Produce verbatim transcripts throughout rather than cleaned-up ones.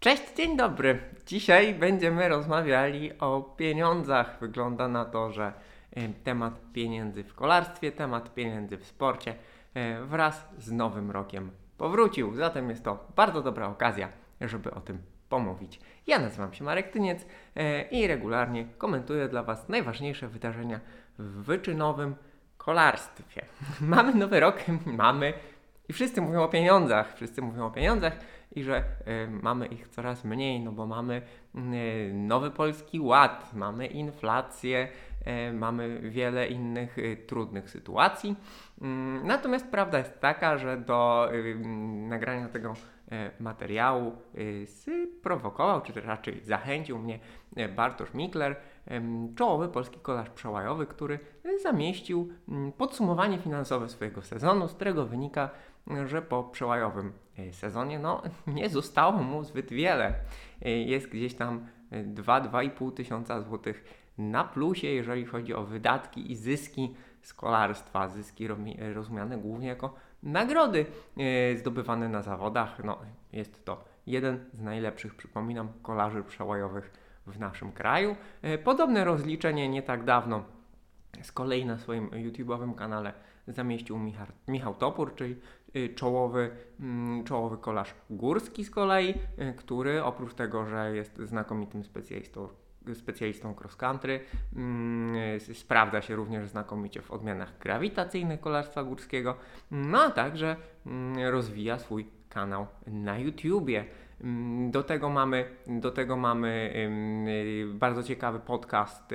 Cześć, dzień dobry. Dzisiaj będziemy rozmawiali o pieniądzach. Wygląda na to, że e, temat pieniędzy w kolarstwie, temat pieniędzy w sporcie e, wraz z nowym rokiem powrócił. Zatem jest to bardzo dobra okazja, żeby o tym pomówić. Ja nazywam się Marek Tyniec e, i regularnie komentuję dla Was najważniejsze wydarzenia w wyczynowym kolarstwie. Mamy nowy rok, mamy i wszyscy mówią o pieniądzach, wszyscy mówią o pieniądzach i że y, mamy ich coraz mniej, no bo mamy y, nowy Polski Ład, mamy inflację, y, mamy wiele innych y, trudnych sytuacji. Y, natomiast prawda jest taka, że do y, nagrania tego y, materiału y, sprowokował, czy raczej zachęcił mnie y, Bartosz Mikler, czołowy polski kolarz przełajowy, który zamieścił podsumowanie finansowe swojego sezonu, z którego wynika, że po przełajowym sezonie no, nie zostało mu zbyt wiele. Jest gdzieś tam dwa do dwóch i pół tysiąca złotych na plusie, jeżeli chodzi o wydatki i zyski z kolarstwa. Zyski rozumiane głównie jako nagrody zdobywane na zawodach. No, jest to jeden z najlepszych, przypominam, kolarzy przełajowych w naszym kraju. Podobne rozliczenie nie tak dawno z kolei na swoim YouTube'owym kanale zamieścił Michał, Michał Topór, czyli czołowy, czołowy kolarz górski z kolei, który oprócz tego, że jest znakomitym specjalistą, specjalistą cross country, sprawdza się również znakomicie w odmianach grawitacyjnych kolarstwa górskiego, no a także rozwija swój kanał na YouTubie. Do tego mamy, do tego mamy bardzo ciekawy podcast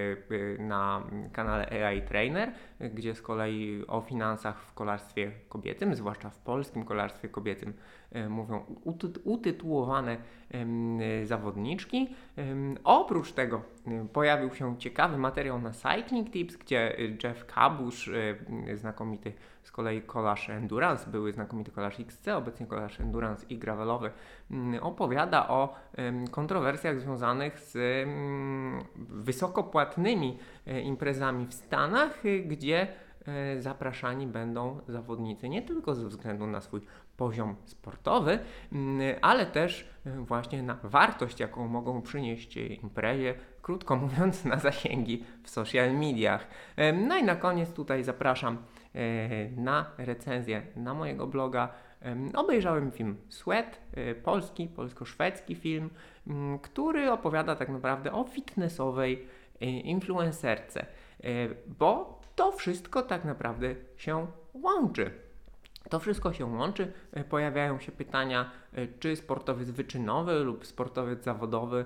na kanale A I Trainer, gdzie z kolei o finansach w kolarstwie kobiecym, zwłaszcza w polskim kolarstwie kobiecym, mówią utytułowane zawodniczki. Oprócz tego pojawił się ciekawy materiał na Cycling Tips, gdzie Jeff Kabusz, znakomity z kolei kolarz endurance, były znakomity kolarz X C, obecnie kolarz endurance i gravelowy, opowiada o kontrowersjach związanych z wysokopłatnymi imprezami w Stanach, gdzie zapraszani będą zawodnicy nie tylko ze względu na swój poziom sportowy, ale też właśnie na wartość, jaką mogą przynieść imprezie, krótko mówiąc, na zasięgi w social mediach. No i na koniec tutaj zapraszam na recenzję na mojego bloga. Obejrzałem film Sweat, polski, polsko-szwedzki film, który opowiada tak naprawdę o fitnessowej influencerce, bo to wszystko tak naprawdę się łączy. To wszystko się łączy, pojawiają się pytania, czy sportowiec wyczynowy lub sportowiec zawodowy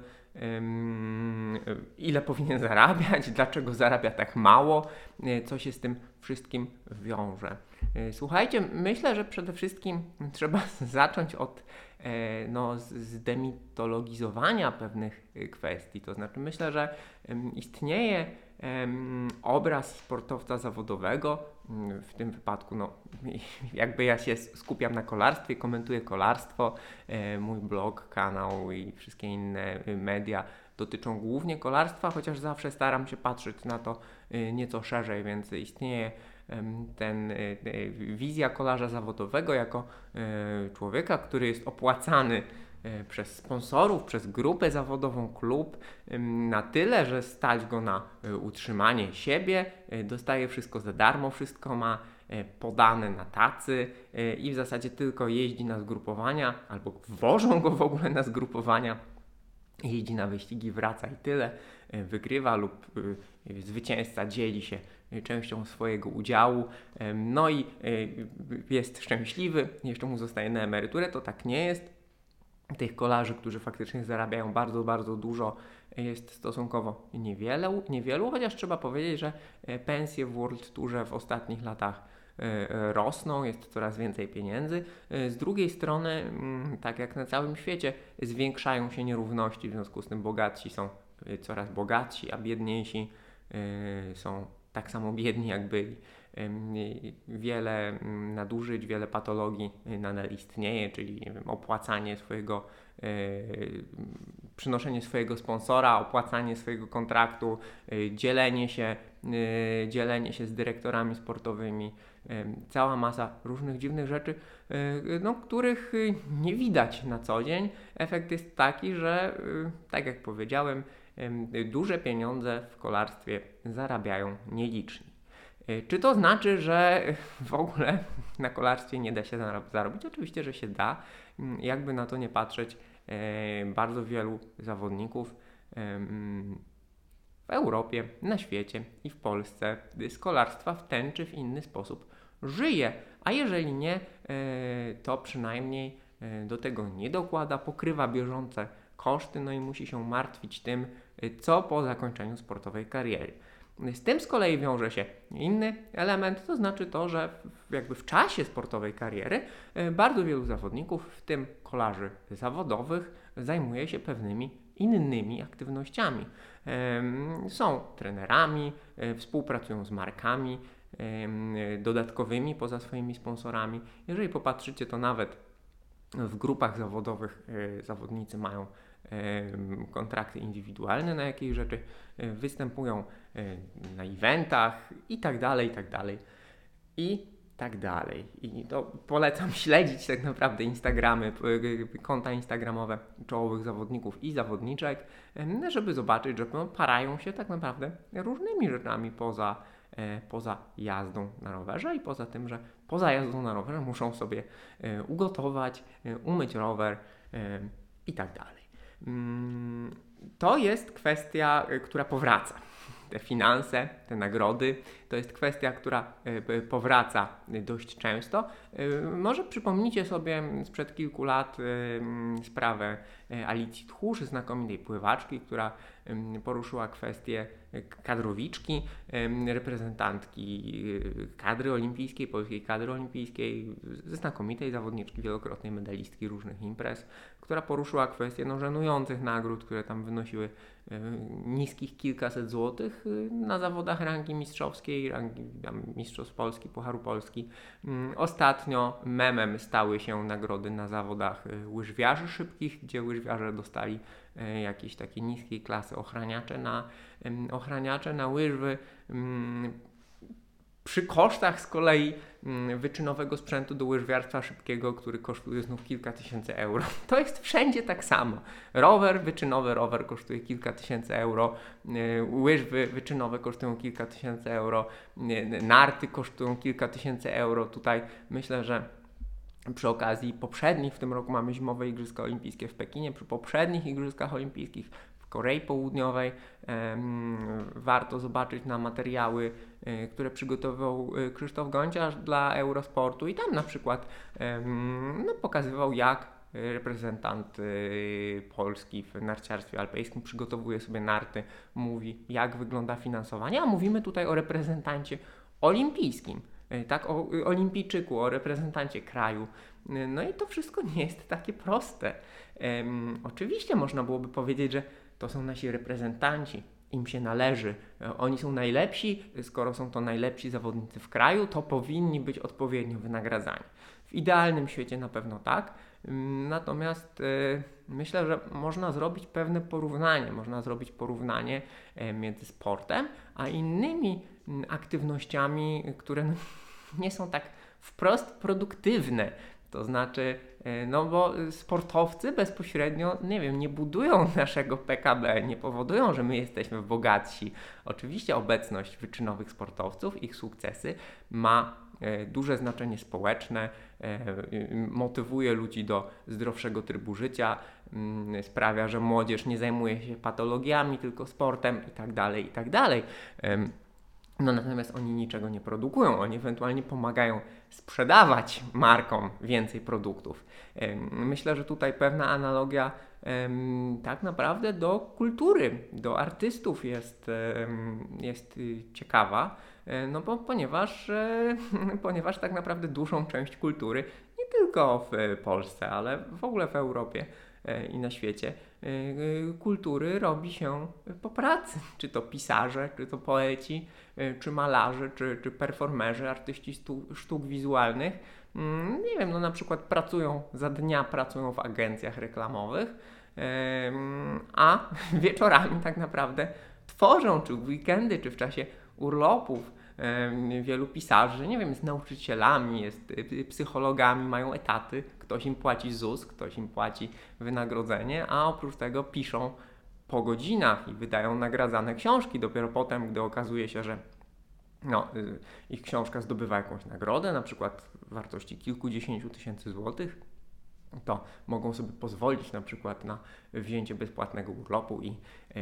um, ile powinien zarabiać, dlaczego zarabia tak mało, co się z tym wszystkim wiąże. Słuchajcie, myślę, że przede wszystkim trzeba zacząć od e, no, zdemitologizowania pewnych kwestii. To znaczy myślę, że um, istnieje um, obraz sportowca zawodowego, w tym wypadku no, jakby ja się skupiam na kolarstwie, komentuję kolarstwo, e, mój blog, kanał i wszystkie inne media dotyczą głównie kolarstwa, chociaż zawsze staram się patrzeć na to e, nieco szerzej, więc istnieje ten wizja kolarza zawodowego jako człowieka, który jest opłacany przez sponsorów, przez grupę zawodową, klub na tyle, że stać go na utrzymanie siebie, dostaje wszystko za darmo, wszystko ma podane na tacy i w zasadzie tylko jeździ na zgrupowania albo wożą go w ogóle na zgrupowania, jeździ na wyścigi, wraca i tyle, wygrywa lub zwycięzca dzieli się częścią swojego udziału, no i jest szczęśliwy, jeszcze mu zostaje na emeryturę. To tak nie jest. Tych kolarzy, którzy faktycznie zarabiają bardzo, bardzo dużo, jest stosunkowo niewiele, niewielu, chociaż trzeba powiedzieć, że pensje w World Tourze w ostatnich latach rosną, jest coraz więcej pieniędzy. Z drugiej strony, tak jak na całym świecie, zwiększają się nierówności, w związku z tym bogatsi są coraz bogatsi, a biedniejsi są tak samo biedni, jak byli. Wiele nadużyć, wiele patologii nadal istnieje, czyli nie wiem, opłacanie swojego przynoszenie swojego sponsora, opłacanie swojego kontraktu, dzielenie się, dzielenie się z dyrektorami sportowymi, cała masa różnych dziwnych rzeczy, no, których nie widać na co dzień. Efekt jest taki, że tak jak powiedziałem, duże pieniądze w kolarstwie zarabiają nieliczni. Czy to znaczy, że w ogóle na kolarstwie nie da się zarobić? Oczywiście, że się da. Jakby na to nie patrzeć, bardzo wielu zawodników w Europie, na świecie i w Polsce z kolarstwa w ten czy w inny sposób żyje, a jeżeli nie, to przynajmniej do tego nie dokłada, pokrywa bieżące koszty, no i musi się martwić tym, co po zakończeniu sportowej kariery. Z tym z kolei wiąże się inny element, to znaczy to, że w, jakby w czasie sportowej kariery bardzo wielu zawodników, w tym kolarzy zawodowych, zajmuje się pewnymi innymi aktywnościami. Są trenerami, współpracują z markami dodatkowymi poza swoimi sponsorami. Jeżeli popatrzycie, to nawet w grupach zawodowych zawodnicy mają kontrakty indywidualne na jakieś rzeczy, występują na eventach i tak dalej, i tak dalej, i tak dalej. I to polecam śledzić tak naprawdę Instagramy, konta instagramowe czołowych zawodników i zawodniczek, żeby zobaczyć, że no, parają się tak naprawdę różnymi rzeczami poza, poza jazdą na rowerze i poza tym, że poza jazdą na rowerze muszą sobie ugotować, umyć rower i tak dalej. To jest kwestia, która powraca. Te finanse, te nagrody, to jest kwestia, która powraca dość często. Może przypomnijcie sobie sprzed kilku lat sprawę Alicji Tchórz, znakomitej pływaczki, która poruszyła kwestię kadrowiczki, reprezentantki kadry olimpijskiej, polskiej kadry olimpijskiej, znakomitej zawodniczki, wielokrotnej medalistki różnych imprez, która poruszyła kwestię no, żenujących nagród, które tam wynosiły niskich kilkaset złotych na zawodach rangi mistrzowskiej, rangi mistrzostw Polski, Pucharu Polski. Ostatnio memem stały się nagrody na zawodach łyżwiarzy szybkich, gdzie łyżwiarze dostali jakieś takie niskiej klasy ochraniacze na, ochraniacze na łyżwy. Przy kosztach z kolei wyczynowego sprzętu do łyżwiarstwa szybkiego, który kosztuje znów kilka tysięcy euro. To jest wszędzie tak samo. Rower, wyczynowy rower kosztuje kilka tysięcy euro, łyżwy wyczynowe kosztują kilka tysięcy euro, narty kosztują kilka tysięcy euro. Tutaj myślę, że przy okazji poprzednich, w tym roku mamy zimowe Igrzyska Olimpijskie w Pekinie, przy poprzednich Igrzyskach Olimpijskich w Korei Południowej em, warto zobaczyć na materiały, e, które przygotował Krzysztof Gonciarz dla Eurosportu i tam na przykład em, no, pokazywał, jak reprezentant y, Polski w narciarstwie alpejskim przygotowuje sobie narty, mówi, jak wygląda finansowanie, a mówimy tutaj o reprezentancie olimpijskim. Tak, o olimpijczyku, o reprezentancie kraju. No i to wszystko nie jest takie proste. Um, oczywiście można byłoby powiedzieć, że to są nasi reprezentanci, im się należy, oni są najlepsi, skoro są to najlepsi zawodnicy w kraju, to powinni być odpowiednio wynagradzani. W idealnym świecie na pewno tak, natomiast y, myślę, że można zrobić pewne porównanie, można zrobić porównanie y, między sportem a innymi y, aktywnościami, które nie są tak wprost produktywne. To znaczy, no bo sportowcy bezpośrednio, nie wiem, nie budują naszego P K B, nie powodują, że my jesteśmy bogatsi. Oczywiście obecność wyczynowych sportowców, ich sukcesy ma e, duże znaczenie społeczne, e, motywuje ludzi do zdrowszego trybu życia, m, sprawia, że młodzież nie zajmuje się patologiami, tylko sportem i tak dalej, i tak dalej. No natomiast oni niczego nie produkują, oni ewentualnie pomagają sprzedawać markom więcej produktów. Myślę, że tutaj pewna analogia tak naprawdę do kultury, do artystów jest, jest ciekawa, no bo ponieważ, ponieważ tak naprawdę dużą część kultury, nie tylko w Polsce, ale w ogóle w Europie i na świecie, kultury robi się po pracy. Czy to pisarze, czy to poeci, czy malarze, czy, czy performerzy, artyści stu, sztuk wizualnych. Nie wiem, no na przykład pracują za dnia, pracują w agencjach reklamowych, a wieczorami tak naprawdę tworzą, czy w weekendy, czy w czasie urlopów. Wielu pisarzy, nie wiem, jest nauczycielami, jest psychologami, mają etaty, ktoś im płaci ZUS, ktoś im płaci wynagrodzenie, a oprócz tego piszą po godzinach i wydają nagradzane książki. Dopiero potem, gdy okazuje się, że no, ich książka zdobywa jakąś nagrodę, na przykład wartości kilkudziesięciu tysięcy złotych, to mogą sobie pozwolić na przykład na wzięcie bezpłatnego urlopu i, yy,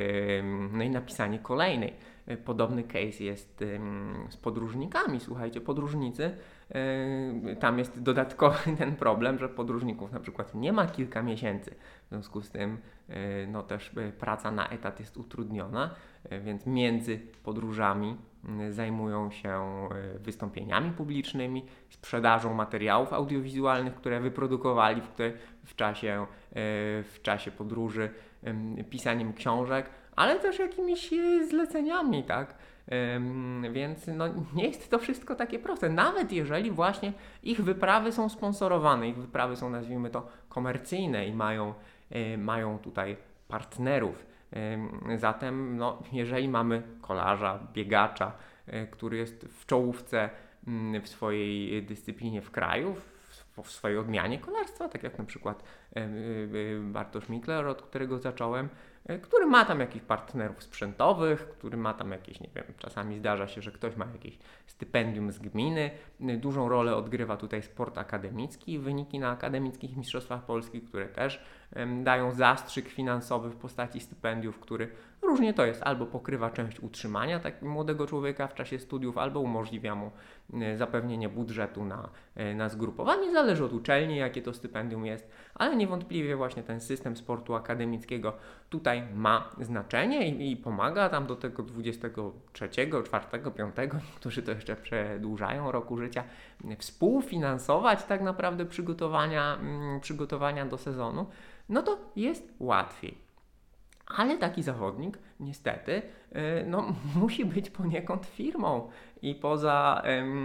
no i napisanie kolejnej. Podobny case jest yy, z podróżnikami. Słuchajcie, podróżnicy, yy, tam jest dodatkowy ten problem, że podróżników na przykład nie ma kilka miesięcy. W związku z tym yy, no też yy, praca na etat jest utrudniona, yy, więc między podróżami zajmują się wystąpieniami publicznymi, sprzedażą materiałów audiowizualnych, które wyprodukowali w, w, czasie, w czasie podróży, pisaniem książek, ale też jakimiś zleceniami, tak? Więc no, nie jest to wszystko takie proste, nawet jeżeli właśnie ich wyprawy są sponsorowane, ich wyprawy są, nazwijmy to, komercyjne i mają, mają tutaj partnerów. Zatem, no, jeżeli mamy kolarza, biegacza, który jest w czołówce w swojej dyscyplinie w kraju, w swojej odmianie kolarstwa, tak jak na przykład Bartosz Mikler, od którego zacząłem, który ma tam jakichś partnerów sprzętowych, który ma tam jakieś, nie wiem, czasami zdarza się, że ktoś ma jakieś stypendium z gminy. Dużą rolę odgrywa tutaj sport akademicki, wyniki na akademickich mistrzostwach Polski, które też dają zastrzyk finansowy w postaci stypendiów, który różnie to jest, albo pokrywa część utrzymania takiego młodego człowieka w czasie studiów, albo umożliwia mu zapewnienie budżetu na, na zgrupowanie, zależy od uczelni, jakie to stypendium jest, ale niewątpliwie właśnie ten system sportu akademickiego tutaj ma znaczenie i, i pomaga tam do tego dwudziestego trzeciego, czwartego, piątego, niektórzy to jeszcze przedłużają roku życia, współfinansować tak naprawdę przygotowania, przygotowania do sezonu, no to jest łatwiej. Ale taki zawodnik niestety no, musi być poniekąd firmą i poza,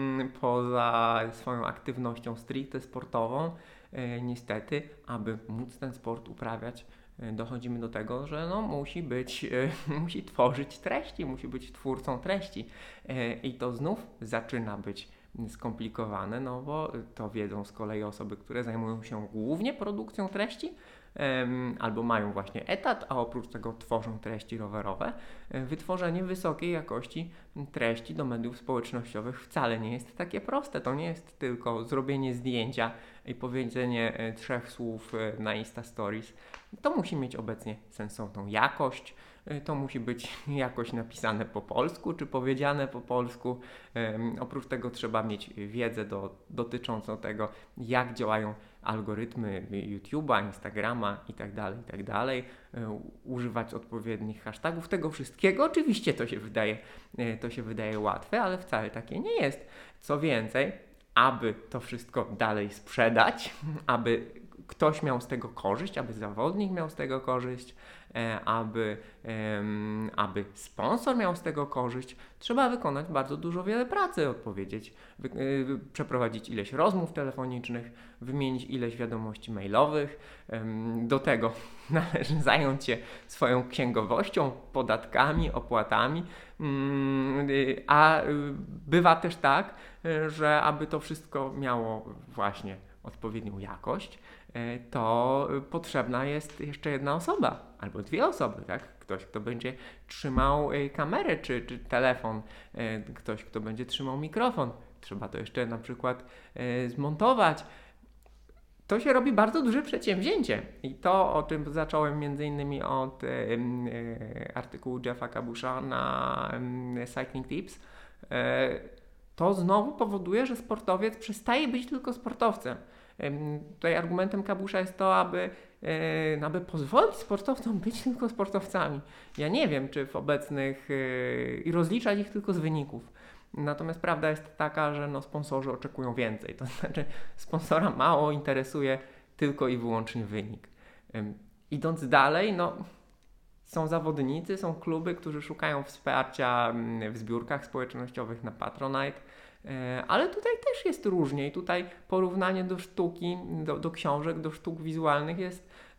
poza swoją aktywnością stricte sportową niestety, aby móc ten sport uprawiać, dochodzimy do tego, że no, musi być, musi tworzyć treści, musi być twórcą treści i to znów zaczyna być skomplikowane, no bo to wiedzą z kolei osoby, które zajmują się głównie produkcją treści, albo mają właśnie etat, a oprócz tego tworzą treści rowerowe. Wytworzenie wysokiej jakości treści do mediów społecznościowych wcale nie jest takie proste. To nie jest tylko zrobienie zdjęcia i powiedzenie trzech słów na Insta Stories. To musi mieć obecnie sensowną jakość. To musi być jakoś napisane po polsku, czy powiedziane po polsku. Um, oprócz tego trzeba mieć wiedzę do, dotyczącą tego, jak działają algorytmy YouTube'a, Instagrama itd., itd. Um, używać odpowiednich hashtagów, tego wszystkiego. Oczywiście to się wydaje, to się wydaje łatwe, ale wcale takie nie jest. Co więcej, aby to wszystko dalej sprzedać, aby ktoś miał z tego korzyść, aby zawodnik miał z tego korzyść, e, aby, e, aby sponsor miał z tego korzyść, trzeba wykonać bardzo dużo wiele pracy, odpowiedzieć, wy, e, przeprowadzić ileś rozmów telefonicznych, wymienić ileś wiadomości mailowych. E, do tego należy zająć się swoją księgowością, podatkami, opłatami, mm, a bywa też tak, że aby to wszystko miało właśnie odpowiednią jakość, to potrzebna jest jeszcze jedna osoba, albo dwie osoby, tak? Ktoś, kto będzie trzymał kamerę czy, czy telefon, ktoś, kto będzie trzymał mikrofon. Trzeba to jeszcze na przykład zmontować. To się robi bardzo duże przedsięwzięcie i to, o czym zacząłem między innymi od e, e, artykułu Jeffa Kabusza na e, Cycling Tips, e, to znowu powoduje, że sportowiec przestaje być tylko sportowcem. Tutaj argumentem Kabusza jest to, aby, e, aby pozwolić sportowcom być tylko sportowcami. Ja nie wiem, czy w obecnych e, i rozliczać ich tylko z wyników. Natomiast prawda jest taka, że no, sponsorzy oczekują więcej. To znaczy sponsora mało interesuje tylko i wyłącznie wynik. Ym, idąc dalej, no, są zawodnicy, są kluby, którzy szukają wsparcia w zbiórkach społecznościowych na Patronite. Ale tutaj też jest różnie i tutaj porównanie do sztuki, do, do książek, do sztuk wizualnych jest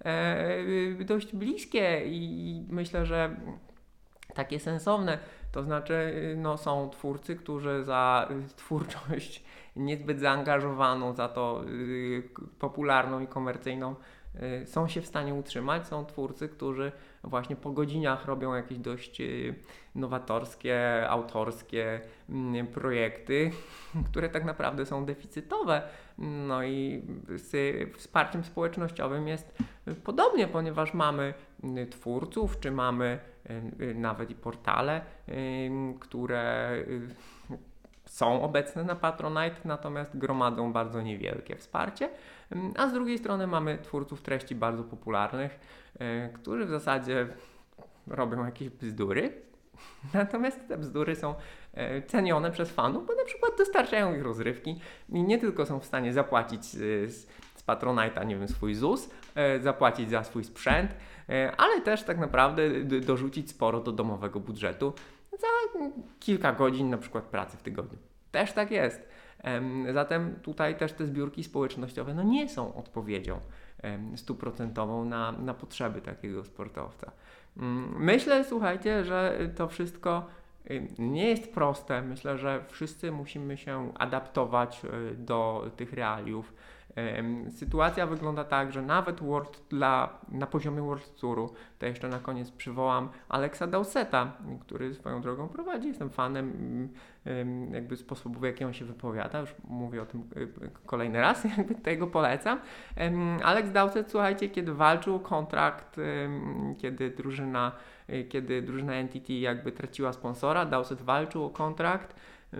e, dość bliskie i myślę, że takie sensowne. To znaczy, no, są twórcy, którzy za twórczość niezbyt zaangażowaną, za to y, popularną i komercyjną y, są się w stanie utrzymać. Są twórcy, którzy właśnie po godzinach robią jakieś dość y, nowatorskie, autorskie y, projekty, które tak naprawdę są deficytowe. No i z wsparciem społecznościowym jest podobnie, ponieważ mamy y, twórców, czy mamy y, y, nawet i portale, y, które y, są obecne na Patronite, natomiast gromadzą bardzo niewielkie wsparcie, a z drugiej strony mamy twórców treści bardzo popularnych, którzy w zasadzie robią jakieś bzdury, natomiast te bzdury są cenione przez fanów, bo na przykład dostarczają ich rozrywki i nie tylko są w stanie zapłacić z, z Patronite'a, nie wiem, swój ZUS, zapłacić za swój sprzęt, ale też tak naprawdę dorzucić sporo do domowego budżetu za kilka godzin na przykład pracy w tygodniu. Też tak jest. Zatem tutaj też te zbiórki społecznościowe no nie są odpowiedzią stuprocentową na, na potrzeby takiego sportowca. Myślę, słuchajcie, że to wszystko nie jest proste. Myślę, że wszyscy musimy się adaptować do tych realiów. Sytuacja wygląda tak, że nawet World dla, na poziomie World Touru, to jeszcze na koniec przywołam Alexa Dowsetta, który swoją drogą prowadzi, jestem fanem jakby sposobu, w jaki on się wypowiada, już mówię o tym kolejny raz, jakby tego polecam. Alex Dowsett, słuchajcie, kiedy walczył o kontrakt, kiedy drużyna, kiedy drużyna N T T jakby traciła sponsora, Dowsett walczył o kontrakt,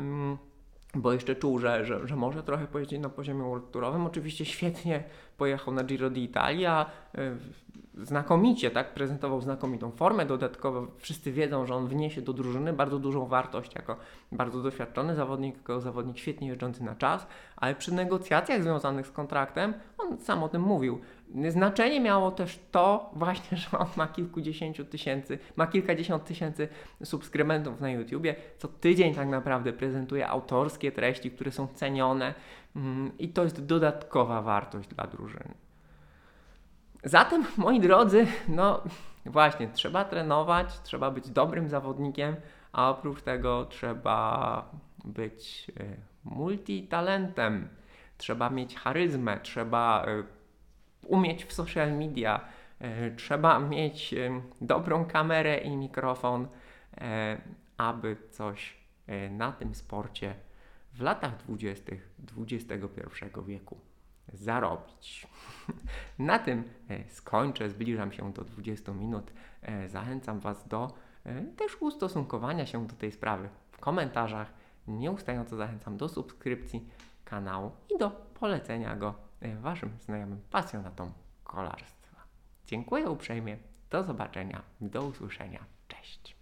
bo jeszcze czuł, że, że, że może trochę pojeździć na poziomie world tourowym. Oczywiście świetnie pojechał na Giro d'Italia, yy, znakomicie, tak, prezentował znakomitą formę. Dodatkowo wszyscy wiedzą, że on wniesie do drużyny bardzo dużą wartość jako bardzo doświadczony zawodnik, jako zawodnik świetnie jeżdżący na czas, ale przy negocjacjach związanych z kontraktem, on sam o tym mówił, znaczenie miało też to właśnie, że on ma kilkudziesięciu tysięcy, ma kilkadziesiąt tysięcy subskrybentów na YouTubie, co tydzień tak naprawdę prezentuje autorskie treści, które są cenione mm, i to jest dodatkowa wartość dla drużyny. Zatem, moi drodzy, no właśnie, trzeba trenować, trzeba być dobrym zawodnikiem, a oprócz tego trzeba być y, multitalentem, trzeba mieć charyzmę, trzeba y, umieć w social media, y, trzeba mieć y, dobrą kamerę i mikrofon, y, aby coś y, na tym sporcie w latach dwudziestych dwudziestego pierwszego wieku zarobić. Na tym skończę, zbliżam się do dwudziestu minut. Zachęcam Was do też ustosunkowania się do tej sprawy w komentarzach. Nieustająco zachęcam do subskrypcji kanału i do polecenia go Waszym znajomym pasjonatom kolarstwa. Dziękuję uprzejmie, do zobaczenia, do usłyszenia, cześć.